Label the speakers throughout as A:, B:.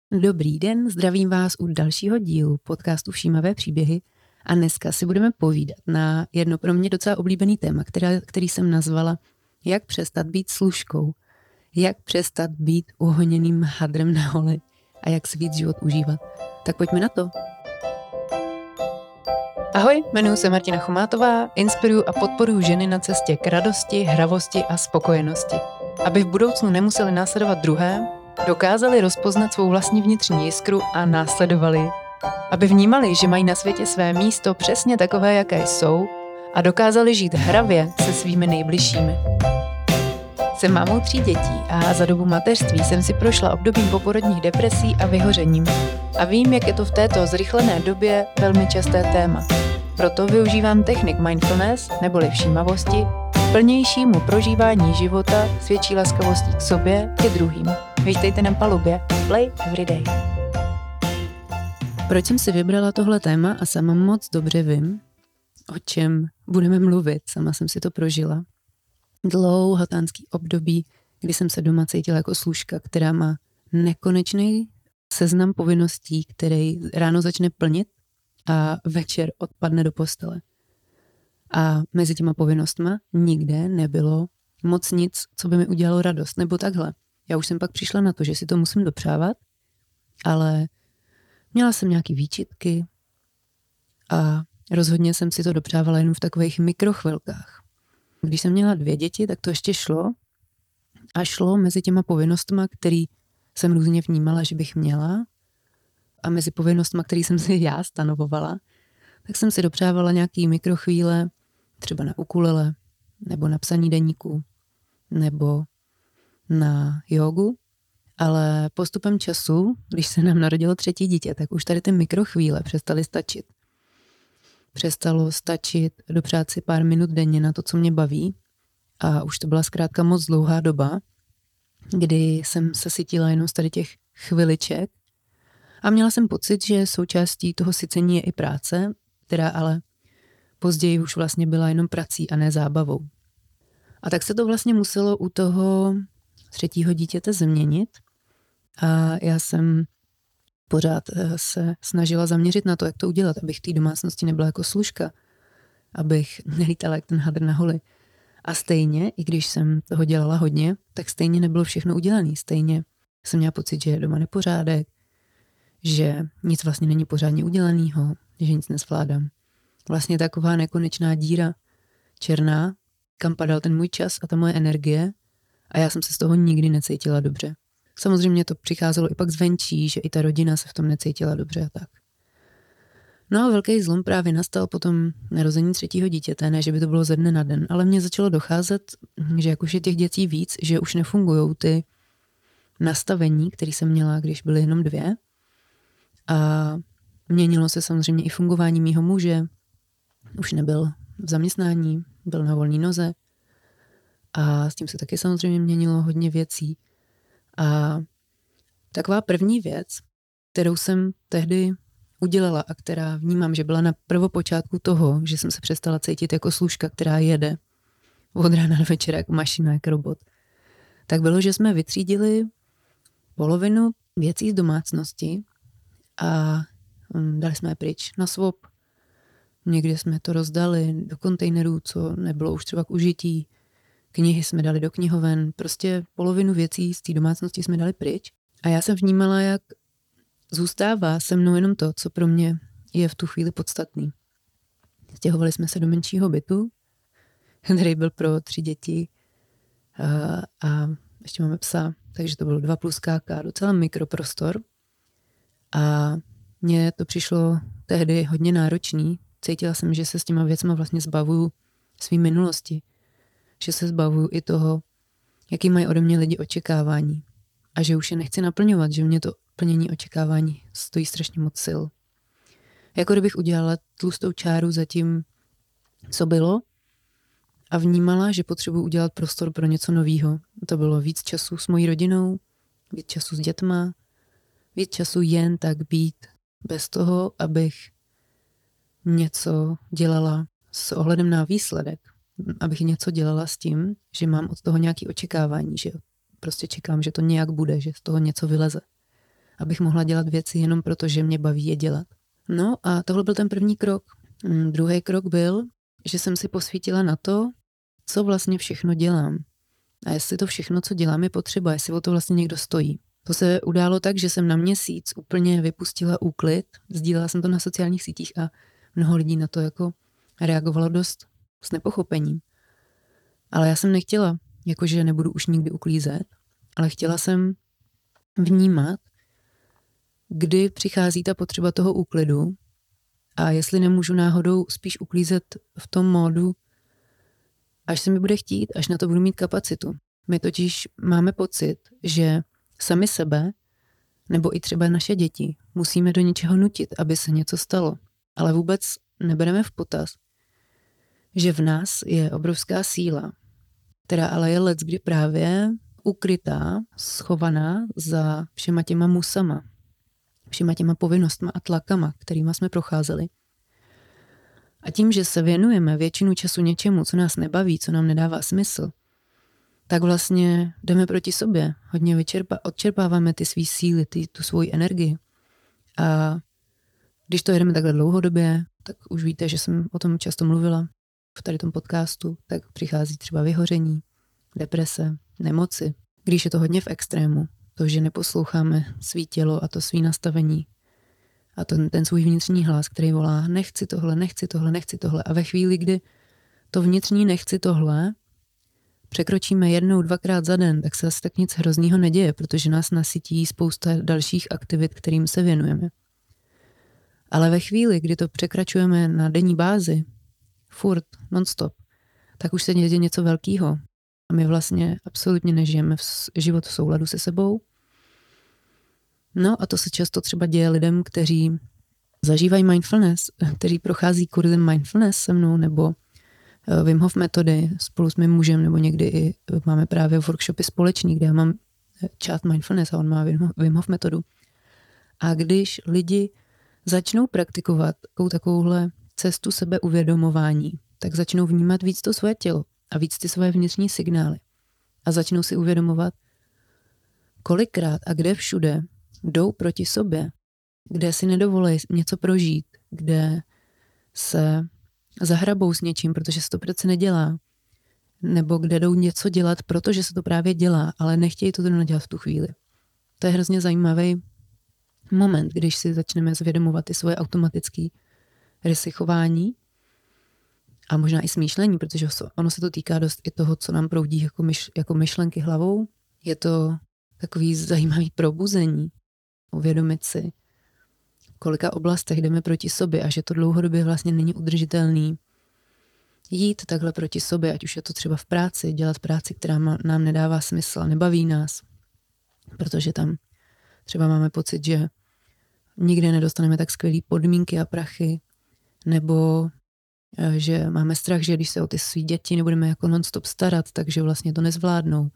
A: Dobrý den, zdravím vás u dalšího dílu podcastu Všímavé příběhy a dneska si budeme povídat na jedno pro mě docela oblíbený téma, který jsem nazvala Jak přestat být služkou, jak přestat být uhoněným hadrem na holi a jak si víc život užívat. Tak pojďme na to. Ahoj, jmenuji se Martina Chomátová, inspiruju a podporuji ženy na cestě k radosti, hravosti a spokojenosti. Aby v budoucnu nemuseli následovat druhé, dokázali rozpoznat svou vlastní vnitřní jiskru a následovali ji. Aby vnímali, že mají na světě své místo přesně takové, jaké jsou a dokázali žít hravě se svými nejbližšími. Jsem mámou 3 dětí a za dobu mateřství jsem si prošla obdobím poporodních depresí a vyhořením. A vím, jak je to v této zrychlené době velmi časté téma. Proto využívám technik mindfulness neboli všímavosti k plnějšímu prožívání života s větší laskavostí k sobě i druhým. Vítejte na palubě Play Everyday. Proč jsem si vybrala tohle téma a sama moc dobře vím, o čem budeme mluvit. Sama jsem si to prožila. Dlouhatánský období, kdy jsem se doma cítila jako služka, která má nekonečný seznam povinností, který ráno začne plnit a večer odpadne do postele. A mezi těma povinnostma nikde nebylo moc nic, co by mi udělalo radost. Nebo takhle. Já už jsem pak přišla na to, že si to musím dopřávat, ale měla jsem nějaký výčitky a rozhodně jsem si to dopřávala jen v takových mikrochvilkách. Když jsem měla 2 děti, tak to ještě šlo a šlo mezi těma povinnostma, který jsem různě vnímala, že bych měla a mezi povinnostma, který jsem si já stanovovala, tak jsem si dopřávala nějaký mikrochvíle, třeba na ukulele, nebo na psaní deníku, nebo na jogu, ale postupem času, když se nám narodilo 3. dítě, tak už tady ty mikrochvíle přestaly stačit. Přestalo stačit dopřát si pár minut denně na to, co mě baví a už to byla zkrátka moc dlouhá doba, kdy jsem se sytila jenom z tady těch chviliček a měla jsem pocit, že součástí toho sycení je i práce, která ale později už vlastně byla jenom prací a ne zábavou. A tak se to vlastně muselo u toho 3. dítěte změnit a já jsem pořád se snažila zaměřit na to, jak to udělat, abych v té domácnosti nebyla jako služka, abych nelítala jak ten hadr na holi. A stejně, i když jsem toho dělala hodně, tak stejně nebylo všechno udělané. Stejně jsem měla pocit, že je doma nepořádek, že nic vlastně není pořádně udělanýho, že nic nezvládám. Vlastně taková nekonečná díra, černá, kam padal ten můj čas a ta moje energie a já jsem se z toho nikdy necítila dobře. Samozřejmě to přicházelo i pak zvenčí, že i ta rodina se v tom necítila dobře a tak. No a velký zlom právě nastal po tom narození 3. dítěte, ne, že by to bylo ze dne na den, ale mně začalo docházet, že jak už je těch dětí víc, že už nefungujou ty nastavení, které jsem měla, když byly jenom 2. A měnilo se samozřejmě i fungování mýho muže. Už nebyl v zaměstnání, byl na volné noze. A s tím se taky samozřejmě měnilo hodně věcí. A taková první věc, kterou jsem tehdy udělala a která vnímám, že byla na prvopočátku toho, že jsem se přestala cítit jako služka, která jede od rána do večera jako mašina, jako robot, tak bylo, že jsme vytřídili polovinu věcí z domácnosti a dali jsme je pryč na swap. Někde jsme to rozdali do kontejnerů, co nebylo už třeba k užití. Knihy jsme dali do knihoven, prostě polovinu věcí z té domácnosti jsme dali pryč. A já jsem vnímala, jak zůstává se mnou jenom to, co pro mě je v tu chvíli podstatný. Stěhovali jsme se do menšího bytu, který byl pro 3 děti a ještě máme psa, takže to bylo 2 plus káka, docela mikroprostor. A mně to přišlo tehdy hodně náročný. Cítila jsem, že se s těma věcma vlastně zbavuju svý minulosti. Že se zbavuju i toho, jaký mají ode mě lidi očekávání. A že už je nechci naplňovat, že mě to plnění očekávání stojí strašně moc sil. Jako kdybych udělala tlustou čáru za tím, co bylo a vnímala, že potřebuji udělat prostor pro něco novýho. To bylo víc času s mojí rodinou, víc času s dětma, víc času jen tak být, bez toho, abych něco dělala s ohledem na výsledek. Abych něco dělala s tím, že mám od toho nějaké očekávání, že prostě čekám, že to nějak bude, že z toho něco vyleze. abych mohla dělat věci jenom proto, že mě baví je dělat. No a tohle byl ten první krok. Druhý krok byl, že jsem si posvítila na to, co vlastně všechno dělám. A jestli to všechno, co dělám, je potřeba, jestli o to vlastně někdo stojí. To se událo tak, že jsem na měsíc úplně vypustila úklid, sdílela jsem to na sociálních sítích a mnoho lidí na to jako reagovalo dost s nepochopením. Ale já jsem nechtěla, jakože nebudu už nikdy uklízet, ale chtěla jsem vnímat, kdy přichází ta potřeba toho úklidu a jestli nemůžu náhodou spíš uklízet v tom módu, až se mi bude chtít, až na to budu mít kapacitu. My totiž máme pocit, že sami sebe, nebo i třeba naše děti, musíme do něčeho nutit, aby se něco stalo. Ale vůbec nebereme v potaz, že v nás je obrovská síla, která ale je leckdy právě ukrytá, schovaná za všema těma musama, všema těma povinnostma a tlakama, kterýma jsme procházeli. A tím, že se věnujeme většinu času něčemu, co nás nebaví, co nám nedává smysl, tak vlastně jdeme proti sobě. Hodně odčerpáváme ty svý síly, tu svoji energii. A když to jedeme takhle dlouhodobě, tak už víte, že jsem o tom často mluvila v tady tom podcastu, tak přichází třeba vyhoření, deprese, nemoci. Když je to hodně v extrému, to, že neposloucháme svý tělo a to svý nastavení a ten svůj vnitřní hlas, který volá nechci tohle, nechci tohle, nechci tohle. A ve chvíli, kdy to vnitřní nechci tohle překročíme 1, 2krát za den, tak se asi tak nic hroznýho neděje, protože nás nasytí spousta dalších aktivit, kterým se věnujeme. Ale ve chvíli, kdy to překračujeme na denní bázi, furt, non-stop, tak už se děje něco velkého. A my vlastně absolutně nežijeme život v souladu se sebou. No a to se často třeba děje lidem, kteří zažívají mindfulness, kteří prochází kurzem mindfulness se mnou, nebo Wim Hof metody spolu s mým mužem, nebo někdy i máme právě workshopy společný, kde já mám část mindfulness a on má Wim Hof metodu. A když lidi začnou praktikovat takovouhle cestu sebeuvědomování, tak začnou vnímat víc to svoje tělo a víc ty svoje vnitřní signály. A začnou si uvědomovat, kolikrát a kde všude jdou proti sobě, kde si nedovolí něco prožít, kde se zahrabou s něčím, protože se to přece nedělá, nebo kde jdou něco dělat, protože se to právě dělá, ale nechtějí to dělat v tu chvíli. To je hrozně zajímavý moment, když si začneme zvědomovat ty svoje automatické rysy chování a možná i smýšlení, protože ono se to týká dost i toho, co nám proudí jako myšlenky hlavou. Je to takový zajímavý probuzení, uvědomit si, v kolika oblastech jdeme proti sobě a že to dlouhodobě vlastně není udržitelný jít takhle proti sobě, ať už je to třeba v práci, dělat práci, která nám nedává smysl a nebaví nás, protože tam třeba máme pocit, že nikdy nedostaneme tak skvělý podmínky a prachy, nebo že máme strach, že když se o ty svý děti nebudeme jako non-stop starat, takže vlastně to nezvládnou.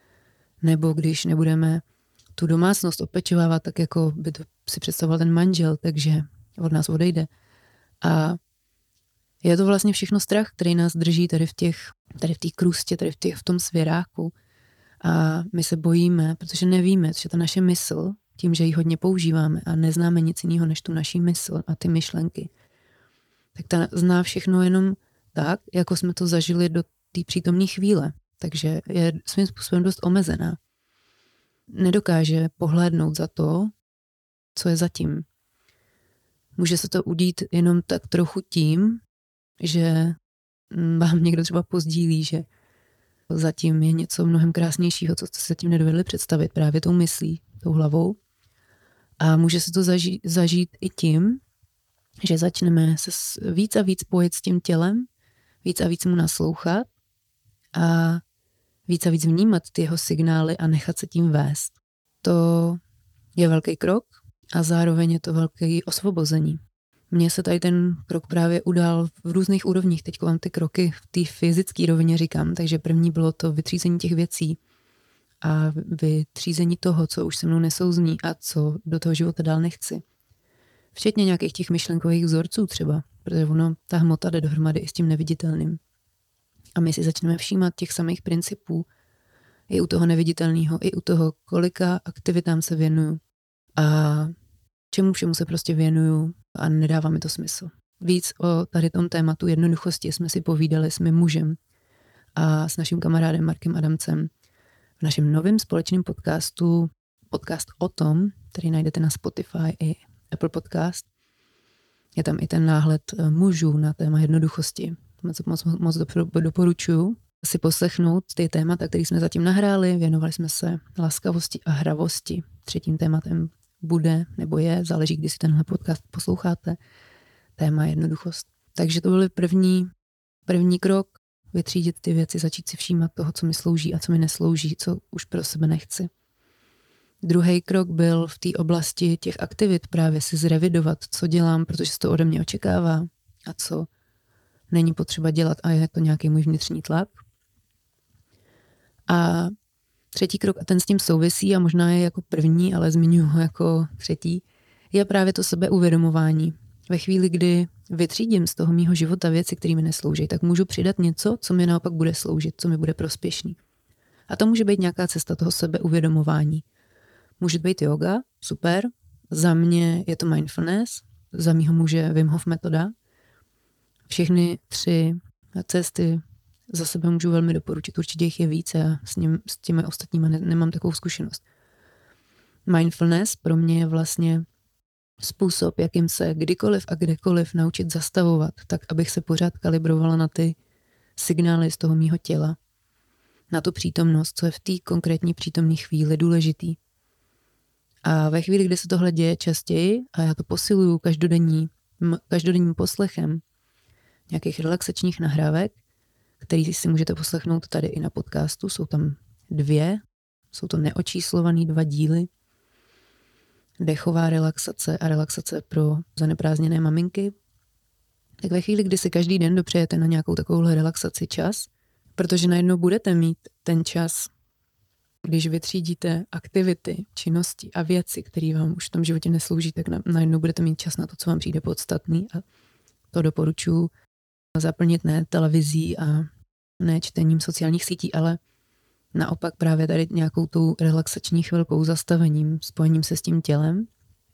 A: Nebo když nebudeme tu domácnost opečovávat tak, jako by to si představoval ten manžel, takže od nás odejde. A je to vlastně všechno strach, který nás drží tady v té krůstě, v tom svěráku. A my se bojíme, protože nevíme, že ta naše mysl, tím, že ji hodně používáme a neznáme nic jiného než tu naší mysl a ty myšlenky, tak ta zná všechno jenom tak, jako jsme to zažili do té přítomné chvíle. Takže je svým způsobem dost omezená. Nedokáže pohlédnout za to, co je zatím. Může se to udít jenom tak trochu tím, že vám někdo třeba pozdílí, že zatím je něco mnohem krásnějšího, co jste se tím nedovedli představit právě tou myslí, tou hlavou. A může se to zažít i tím, že začneme se víc a víc pojít s tím tělem, víc a víc mu naslouchat a víc a víc vnímat ty jeho signály a nechat se tím vést. To je velký krok a zároveň je to velké osvobození. Mně se tady ten krok právě udál v různých úrovních. Teď vám ty kroky v té fyzické rovině říkám, takže první bylo to vytřízení těch věcí a vytřízení toho, co už se mnou nesouzní a co do toho života dál nechci. Včetně nějakých těch myšlenkových vzorců třeba, protože ta hmota jde dohromady i s tím neviditelným. A my si začneme všímat těch samých principů i u toho neviditelného, i u toho, kolika aktivitám se věnuju. a čemu všemu se prostě věnuju a nedává mi to smysl. Víc o tady tom tématu jednoduchosti jsme si povídali s mým mužem a s naším kamarádem Markem Adamcem v našem novém společném podcastu, podcast o tom, který najdete na Spotify i Apple Podcast. Je tam i ten náhled mužů na téma jednoduchosti. Moc doporučuji si poslechnout ty témata, které jsme zatím nahráli. Věnovali jsme se laskavosti a hravosti. Třetím tématem bude nebo je, záleží, kdy si tenhle podcast posloucháte, téma jednoduchost. Takže to byl první krok, vytřídit ty věci, začít si všímat toho, co mi slouží a co mi neslouží, co už pro sebe nechci. Druhý krok byl v té oblasti těch aktivit právě si zrevidovat, co dělám, protože se to ode mě očekává a co není potřeba dělat a je to nějaký můj vnitřní tlak. A třetí krok, a ten s tím souvisí a možná je jako první, ale zmiňuji ho jako třetí, je právě to sebeuvědomování. Ve chvíli, kdy vytřídím z toho mýho života věci, které mi neslouží, tak můžu přidat něco, co mi naopak bude sloužit, co mi bude prospěšný. A to může být nějaká cesta toho sebeuvědomování. Může být yoga, super. Za mě je to mindfulness, za mýho muže Wim Hof metoda. Všechny 3 cesty za sebe můžu velmi doporučit. Určitě jich je více a s těmi ostatními nemám takovou zkušenost. Mindfulness pro mě je vlastně způsob, jakým se kdykoliv a kdekoliv naučit zastavovat, tak abych se pořád kalibrovala na ty signály z toho mýho těla, na tu přítomnost, co je v té konkrétní přítomné chvíli důležitý. A ve chvíli, kdy se tohle děje častěji a já to posiluju každodenním poslechem nějakých relaxačních nahrávek, který si můžete poslechnout tady i na podcastu, jsou tam 2, jsou to neočíslovaný 2 díly, dechová relaxace a relaxace pro zaneprázdněné maminky. Tak ve chvíli, kdy si každý den dopřejete na nějakou takovouhle relaxaci čas, protože najednou budete mít ten čas, když vytřídíte aktivity, činnosti a věci, které vám už v tom životě neslouží, tak najednou budete mít čas na to, co vám přijde podstatný a to doporučuji zaplnit ne televizí a ne čtením sociálních sítí, ale naopak právě tady nějakou tou relaxační chvilkou, zastavením, spojením se s tím tělem.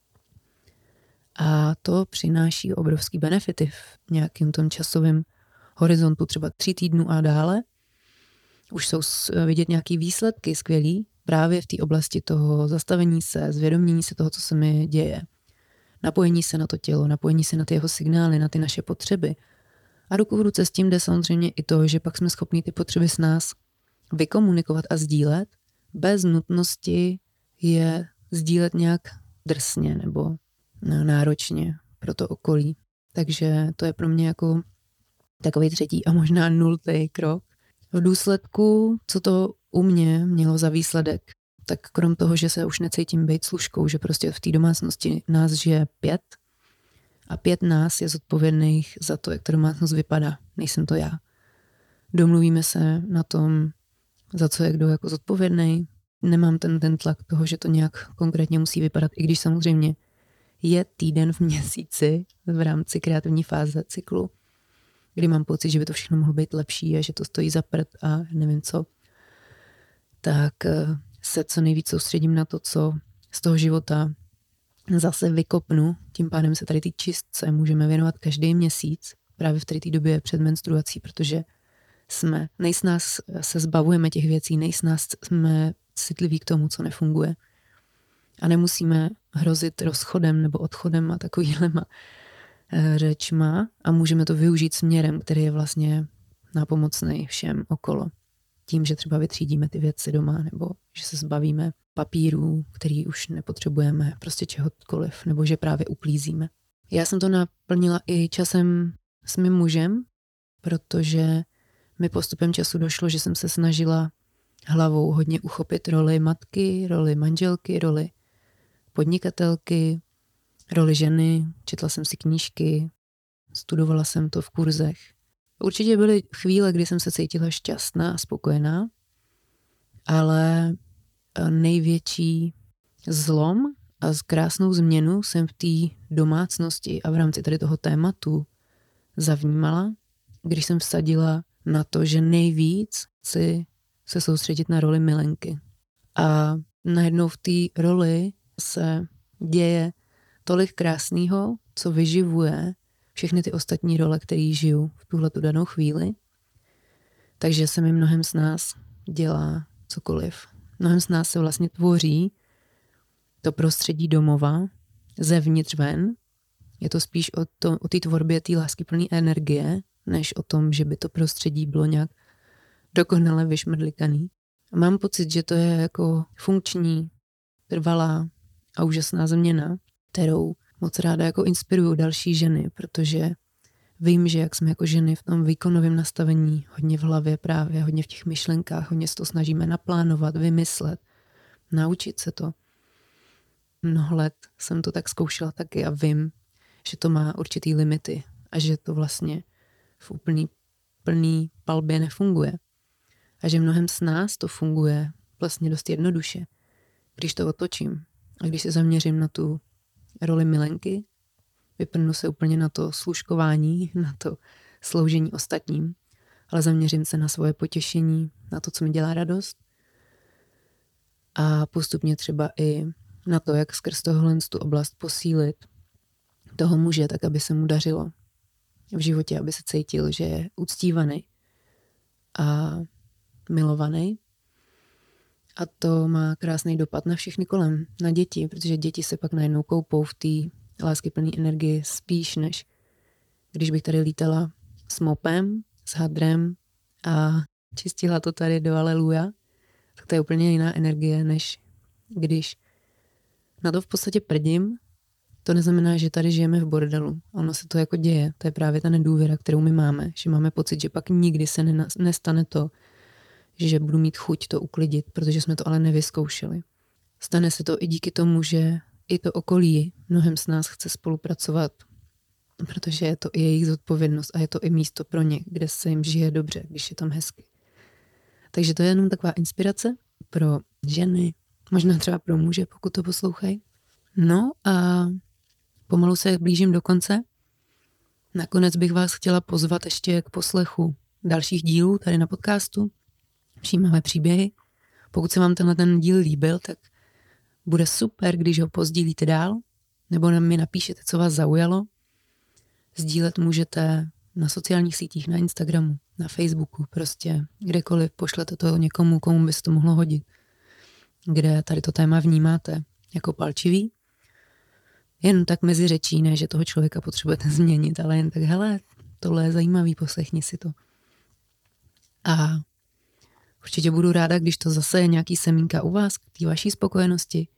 A: A to přináší obrovský benefity v nějakým tom časovém horizontu, třeba 3 týdnů a dále. Už jsou vidět nějaký výsledky skvělý právě v té oblasti toho zastavení se, zvědomění se toho, co se mi děje. Napojení se na to tělo, napojení se na ty jeho signály, na ty naše potřeby. A ruku v ruce s tím jde samozřejmě i to, že pak jsme schopni ty potřeby s nás vykomunikovat a sdílet, bez nutnosti je sdílet nějak drsně nebo náročně pro to okolí. Takže to je pro mě jako takový 3. a možná 0. krok. V důsledku, co to u mě mělo za výsledek, tak krom toho, že se už necítím být služkou, že prostě v té domácnosti nás žije 5 a 5 nás je zodpovědných za to, jak ta domácnost vypadá. Nejsem to já. Domluvíme se na tom, za co je kdo jako zodpovědný. Nemám ten tlak toho, že to nějak konkrétně musí vypadat, i když samozřejmě je týden v měsíci v rámci kreativní fáze cyklu, kdy mám pocit, že by to všechno mohlo být lepší a že to stojí za prd a nevím co, tak se co nejvíc soustředím na to, co z toho života zase vykopnu. Tím pádem se tady ty čistce můžeme věnovat každý měsíc, právě v té době před menstruací, protože nejsnáz se zbavujeme těch věcí, nejsnáz jsme citliví k tomu, co nefunguje. A nemusíme hrozit rozchodem nebo odchodem a takovýhlema řečma a můžeme to využít směrem, který je vlastně nápomocný všem okolo. Tím, že třeba vytřídíme ty věci doma nebo že se zbavíme papírů, který už nepotřebujeme, prostě čehokoliv, nebo že právě uklízíme. Já jsem to naplnila i časem s mým mužem, protože mi postupem času došlo, že jsem se snažila hlavou hodně uchopit roli matky, roli manželky, roli podnikatelky, roli ženy, četla jsem si knížky, studovala jsem to v kurzech. Určitě byly chvíle, kdy jsem se cítila šťastná a spokojená, ale největší zlom a krásnou změnu jsem v té domácnosti a v rámci tady toho tématu zavnímala, když jsem vsadila na to, že nejvíc chci se soustředit na roli milenky. A najednou v té roli se děje tolik krásného, co vyživuje všechny ty ostatní role, které žiju v tuhletu danou chvíli. Takže se mi mnohem z nás dělá cokoliv. Mnohem z nás se vlastně tvoří to prostředí domova zevnitř ven. Je to spíš o té tvorbě té láskyplné energie, než o tom, že by to prostředí bylo nějak dokonale vyšmrdlikaný. A mám pocit, že to je jako funkční, trvalá a úžasná změna, kterou moc ráda jako inspiruju další ženy, protože vím, že jak jsme jako ženy v tom výkonovém nastavení, hodně v hlavě právě, hodně v těch myšlenkách, hodně se to snažíme naplánovat, vymyslet, naučit se to. Mnoho let jsem to tak zkoušela taky a vím, že to má určitý limity a že to vlastně v plný palbě nefunguje. A že mnohem z nás to funguje vlastně dost jednoduše, když to otočím a když se zaměřím na tu roli milenky, vypnu se úplně na to služkování, na to sloužení ostatním, ale zaměřím se na svoje potěšení, na to, co mi dělá radost a postupně třeba i na to, jak skrz tohle tu oblast posílit toho muže, tak aby se mu dařilo v životě, aby se cítil, že je uctívaný a milovaný. A to má krásný dopad na všechny kolem, na děti, protože děti se pak najednou koupou v té láskyplné energii spíš, než když bych tady lítala s mopem, s hadrem a čistila to tady do aleluja, tak to je úplně jiná energie, než když na to v podstatě prdím. To neznamená, že tady žijeme v bordelu. Ono se to jako děje. To je právě ta nedůvěra, kterou my máme. Že máme pocit, že pak nikdy se nestane to, že budu mít chuť to uklidit, protože jsme to ale nevyzkoušeli. Stane se to i díky tomu, že i to okolí mnohem s nás chce spolupracovat, protože je to i jejich zodpovědnost a je to i místo pro ně, kde se jim žije dobře, když je tam hezky. Takže to je jenom taková inspirace pro ženy, možná třeba pro muže, pokud to poslouchají. No a pomalu se blížím do konce. Nakonec bych vás chtěla pozvat ještě k poslechu dalších dílů tady na podcastu Všímavé příběhy. Pokud se vám ten díl líbil, tak bude super, když ho pozdílíte dál, nebo mi napíšete, co vás zaujalo. Sdílet můžete na sociálních sítích, na Instagramu, na Facebooku, prostě kdekoliv pošlete to někomu, komu by se to mohlo hodit, kde tady to téma vnímáte jako palčivý. Jen tak mezi řečí, ne, že toho člověka potřebujete změnit, ale jen tak, hele, tohle je zajímavý, poslechni si to. A určitě budu ráda, když to zase je nějaký semínka u vás, k té vaší spokojenosti.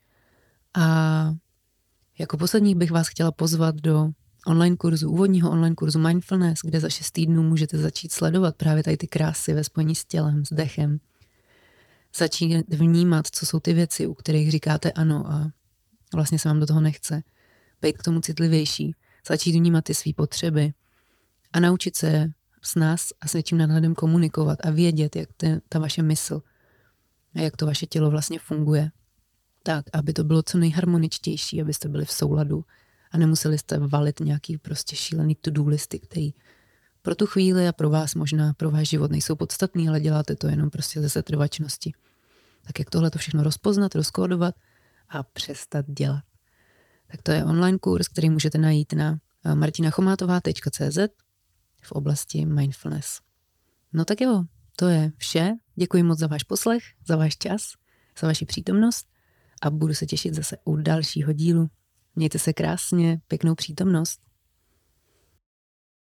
A: A jako poslední bych vás chtěla pozvat do úvodního online kurzu Mindfulness, kde za 6 týdnů můžete začít sledovat právě tady ty krásy ve spojení s tělem, s dechem. Začít vnímat, co jsou ty věci, u kterých říkáte ano a vlastně se vám do toho nechce. Být k tomu citlivější, začít vnímat ty svý potřeby a naučit se s nás a s větším nadhledem komunikovat a vědět, jak ta vaše mysl a jak to vaše tělo vlastně funguje. Tak, aby to bylo co nejharmoničtější, abyste byli v souladu a nemuseli jste valit nějaký prostě šílený to-do listy, který pro tu chvíli a pro vás možná, pro váš život nejsou podstatný, ale děláte to jenom prostě ze setrvačnosti. Tak jak tohle to všechno rozpoznat, rozkódovat a přestat dělat. Tak to je online kurz, který můžete najít na martinachomátová.cz v oblasti mindfulness. No tak jo, to je vše. Děkuji moc za váš poslech, za váš čas, za vaši přítomnost a budu se těšit zase u dalšího dílu. Mějte se krásně, pěknou přítomnost.